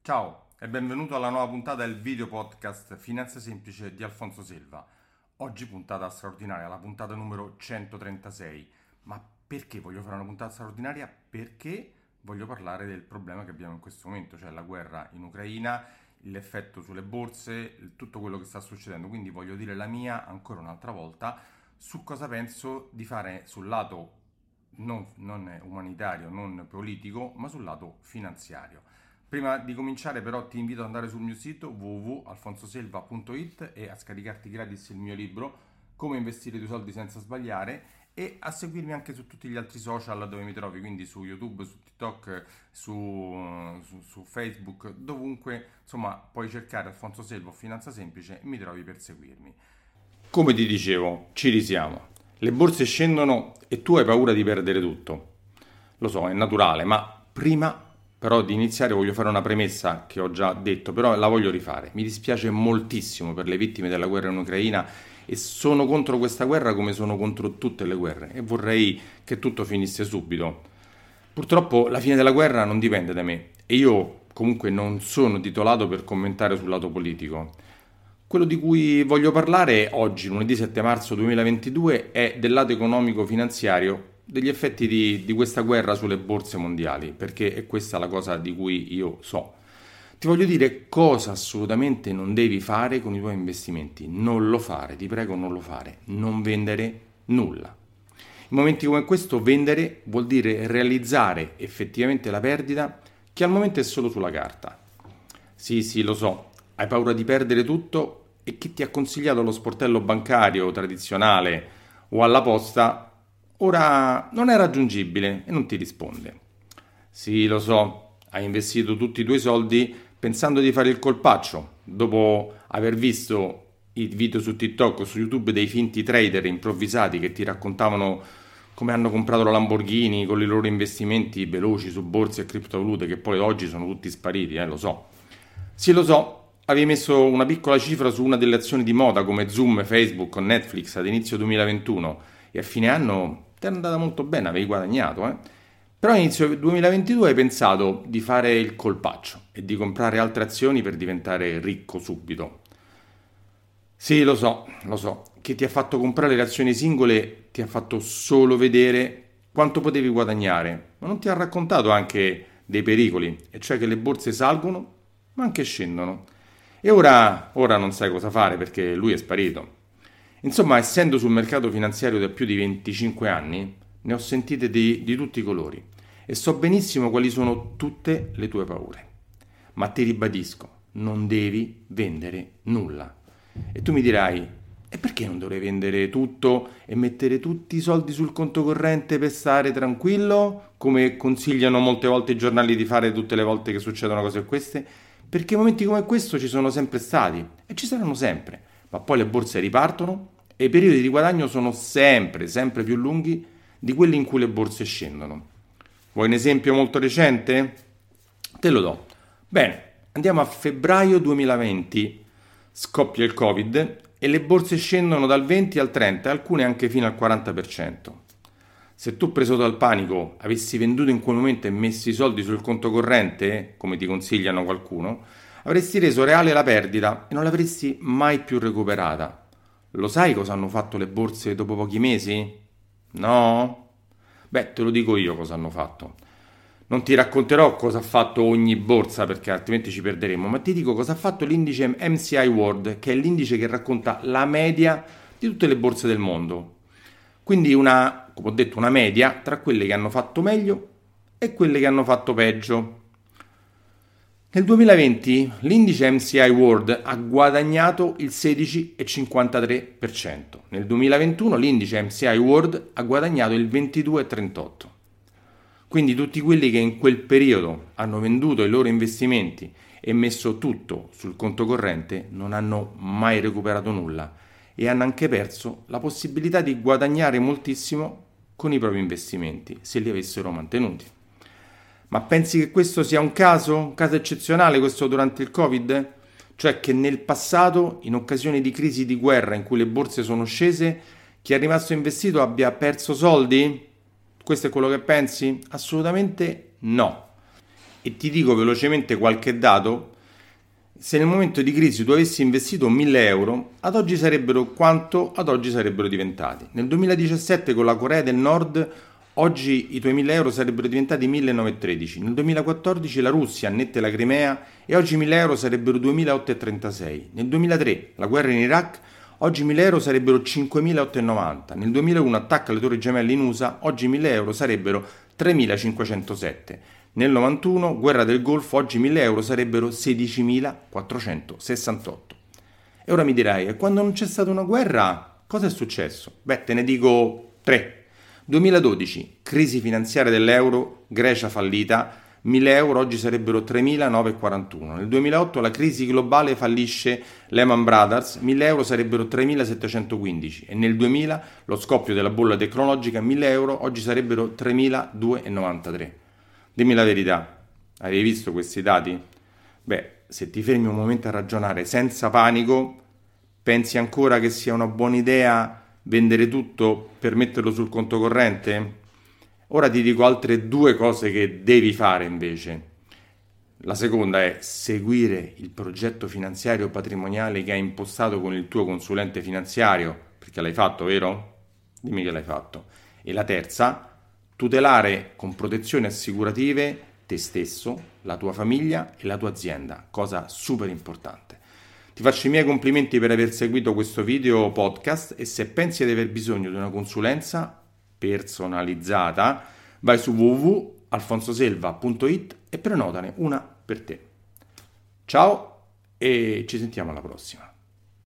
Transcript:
Ciao e benvenuto alla nuova puntata del video podcast Finanza Semplice di Alfonso Selva. Oggi puntata straordinaria, la puntata numero 136. Ma perché voglio fare una puntata straordinaria? Perché voglio parlare del problema che abbiamo in questo momento, cioè la guerra in Ucraina, l'effetto sulle borse, tutto quello che sta succedendo. Quindi voglio dire la mia ancora un'altra volta su cosa penso di fare sul lato non umanitario, non politico, ma sul lato finanziario. Prima di cominciare però ti invito ad andare sul mio sito www.alfonsoselva.it e a scaricarti gratis il mio libro Come investire i tuoi soldi senza sbagliare e a seguirmi anche su tutti gli altri social dove mi trovi, quindi su YouTube, su TikTok, su Facebook, dovunque, insomma, puoi cercare Alfonso Selva o Finanza Semplice e mi trovi per seguirmi. Come ti dicevo, ci risiamo. Le borse scendono e tu hai paura di perdere tutto. Lo so, è naturale, ma prima però di iniziare voglio fare una premessa che ho già detto, però la voglio rifare. Mi dispiace moltissimo per le vittime della guerra in Ucraina e sono contro questa guerra come sono contro tutte le guerre e vorrei che tutto finisse subito. Purtroppo la fine della guerra non dipende da me e io comunque non sono titolato per commentare sul lato politico. Quello di cui voglio parlare oggi, lunedì 7 marzo 2022, è del lato economico-finanziario degli effetti di questa guerra sulle borse mondiali, perché è questa la cosa di cui io so. Ti voglio dire cosa assolutamente non devi fare con i tuoi investimenti. Non lo fare, ti prego, non lo fare. Non vendere nulla. In momenti come questo vendere vuol dire realizzare effettivamente la perdita che al momento è solo sulla carta. Sì, lo so, hai paura di perdere tutto e chi ti ha consigliato lo sportello bancario tradizionale o alla posta ora non è raggiungibile e non ti risponde. Sì, lo so, hai investito tutti i tuoi soldi pensando di fare il colpaccio, dopo aver visto i video su TikTok o su YouTube dei finti trader improvvisati che ti raccontavano come hanno comprato la Lamborghini con i loro investimenti veloci su borse e criptovalute che poi oggi sono tutti spariti, lo so. Sì, lo so, avevi messo una piccola cifra su una delle azioni di moda come Zoom, Facebook o Netflix ad inizio 2021 e a fine anno ti è andata molto bene, avevi guadagnato, Però a inizio 2022 hai pensato di fare il colpaccio e di comprare altre azioni per diventare ricco subito. Sì, lo so, che ti ha fatto comprare le azioni singole ti ha fatto solo vedere quanto potevi guadagnare, ma non ti ha raccontato anche dei pericoli, e cioè che le borse salgono ma anche scendono. E ora non sai cosa fare perché lui è sparito. Insomma, essendo sul mercato finanziario da più di 25 anni, ne ho sentite di tutti i colori e so benissimo quali sono tutte le tue paure. Ma ti ribadisco, non devi vendere nulla. E tu mi dirai, e perché non dovrei vendere tutto e mettere tutti i soldi sul conto corrente per stare tranquillo, come consigliano molte volte i giornali di fare tutte le volte che succedono cose come queste? Perché momenti come questo ci sono sempre stati e ci saranno sempre, ma poi le borse ripartono e i periodi di guadagno sono sempre più lunghi di quelli in cui le borse scendono. Vuoi un esempio molto recente? Te lo do. Bene, andiamo a febbraio 2020, scoppia il Covid e le borse scendono dal 20 al 30, alcune anche fino al 40%. Se tu preso dal panico avessi venduto in quel momento e messo i soldi sul conto corrente, come ti consigliano qualcuno, avresti reso reale la perdita e non l'avresti mai più recuperata. Lo sai cosa hanno fatto le borse dopo pochi mesi? No? Beh, te lo dico io cosa hanno fatto. Non ti racconterò cosa ha fatto ogni borsa perché altrimenti ci perderemo, ma ti dico cosa ha fatto l'indice MSCI World, che è l'indice che racconta la media di tutte le borse del mondo. Quindi come ho detto, una media tra quelle che hanno fatto meglio e quelle che hanno fatto peggio. Nel 2020 l'indice MSCI World ha guadagnato il 16,53%. Nel 2021 l'indice MSCI World ha guadagnato il 22,38%. Quindi tutti quelli che in quel periodo hanno venduto i loro investimenti e messo tutto sul conto corrente non hanno mai recuperato nulla e hanno anche perso la possibilità di guadagnare moltissimo con i propri investimenti se li avessero mantenuti. Ma pensi che questo sia un caso eccezionale, questo durante il Covid? Cioè che nel passato, in occasioni di crisi di guerra in cui le borse sono scese, chi è rimasto investito abbia perso soldi? Questo è quello che pensi? Assolutamente no. E ti dico velocemente qualche dato. Se nel momento di crisi tu avessi investito 1000 euro, ad oggi sarebbero quanto ad oggi sarebbero diventati. Nel 2017 con la Corea del Nord, oggi i tuoi 1000 euro sarebbero diventati 1913. Nel 2014 la Russia annette la Crimea e oggi 1000 euro sarebbero 2836. Nel 2003 la guerra in Iraq, oggi 1000 euro sarebbero 5890. Nel 2001 attacca le Torri Gemelle in USA, oggi 1000 euro sarebbero 3507. Nel 91, guerra del Golfo, oggi 1000 euro sarebbero 16.468. E ora mi dirai, e quando non c'è stata una guerra, cosa è successo? Beh, te ne dico tre. 2012, crisi finanziaria dell'euro, Grecia fallita, 1000 euro oggi sarebbero 3.941. Nel 2008 la crisi globale fallisce Lehman Brothers, 1000 euro sarebbero 3.715 e nel 2000 lo scoppio della bolla tecnologica, 1000 euro oggi sarebbero 3.293. Dimmi la verità, avevi visto questi dati? Beh, se ti fermi un momento a ragionare senza panico, pensi ancora che sia una buona idea vendere tutto per metterlo sul conto corrente? Ora ti dico altre due cose che devi fare invece. La seconda è seguire il progetto finanziario patrimoniale che hai impostato con il tuo consulente finanziario, perché l'hai fatto, vero? Dimmi che l'hai fatto. E la terza, tutelare con protezioni assicurative te stesso, la tua famiglia e la tua azienda, cosa super importante. Ti faccio i miei complimenti per aver seguito questo video podcast e se pensi di aver bisogno di una consulenza personalizzata, vai su www.alfonsoselva.it e prenotane una per te. Ciao e ci sentiamo alla prossima.